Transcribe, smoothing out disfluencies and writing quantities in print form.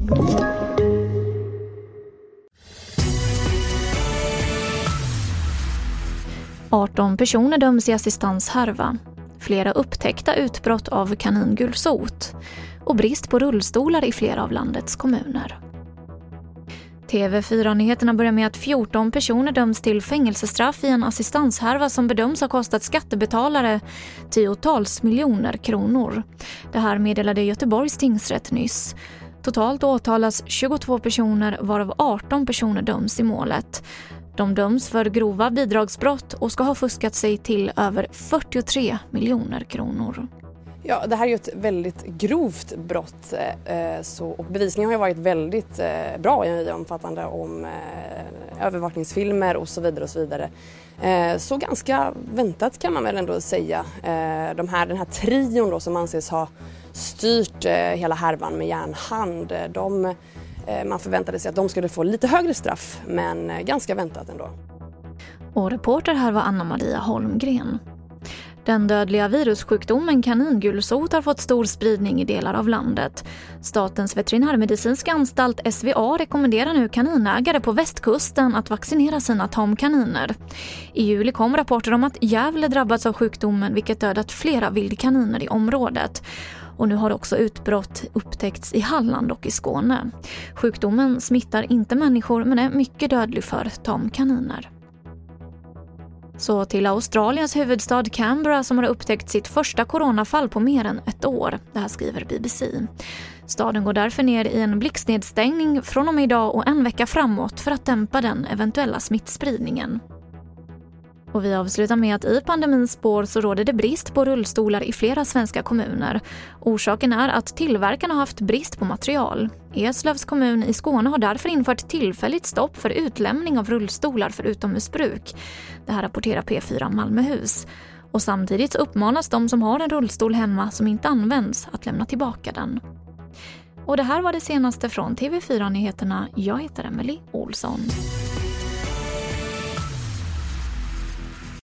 18 personer döms i assistanshärva. Flera upptäckta utbrott av kaningulsot. Och brist på rullstolar i flera av landets kommuner. TV4-nyheterna börjar med att 14 personer döms till fängelsestraff i en assistanshärva som bedöms ha kostat skattebetalare tiotals miljoner kronor. Det här meddelade Göteborgs tingsrätt nyss. Totalt åtalas 22 personer varav 18 personer döms i målet. De döms för grova bidragsbrott och ska ha fuskat sig till över 43 miljoner kronor. Ja, det här är ju ett väldigt grovt brott och bevisningen har ju varit väldigt bra i omfattande om övervakningsfilmer och så vidare och så vidare. Så ganska väntat kan man väl ändå säga. Den här trion då som anses ha styrt hela härvan med järnhand, man förväntade sig att de skulle få lite högre straff, men ganska väntat ändå. Och reporter här var Anna-Maria Holmgren. Den dödliga virussjukdomen kaningulsot har fått stor spridning i delar av landet. Statens veterinärmedicinska anstalt SVA rekommenderar nu kaninägare på västkusten att vaccinera sina tamkaniner. I juli kom rapporter om att Gävle drabbats av sjukdomen, vilket dödat flera vildkaniner i området. Och nu har också utbrott upptäckts i Halland och i Skåne. Sjukdomen smittar inte människor men är mycket dödlig för tamkaniner. Så till Australiens huvudstad Canberra som har upptäckt sitt första coronafall på mer än ett år. Det här skriver BBC. Staden går därför ner i en blixtnedstängning från och med idag och en vecka framåt för att dämpa den eventuella smittspridningen. Och vi avslutar med att i pandemins spår så råder det brist på rullstolar i flera svenska kommuner. Orsaken är att tillverkarna har haft brist på material. Eslövs kommun i Skåne har därför infört tillfälligt stopp för utlämning av rullstolar för utomhusbruk. Det här rapporterar P4 Malmöhus. Och samtidigt uppmanas de som har en rullstol hemma som inte används att lämna tillbaka den. Och det här var det senaste från TV4-nyheterna. Jag heter Emily Olsson.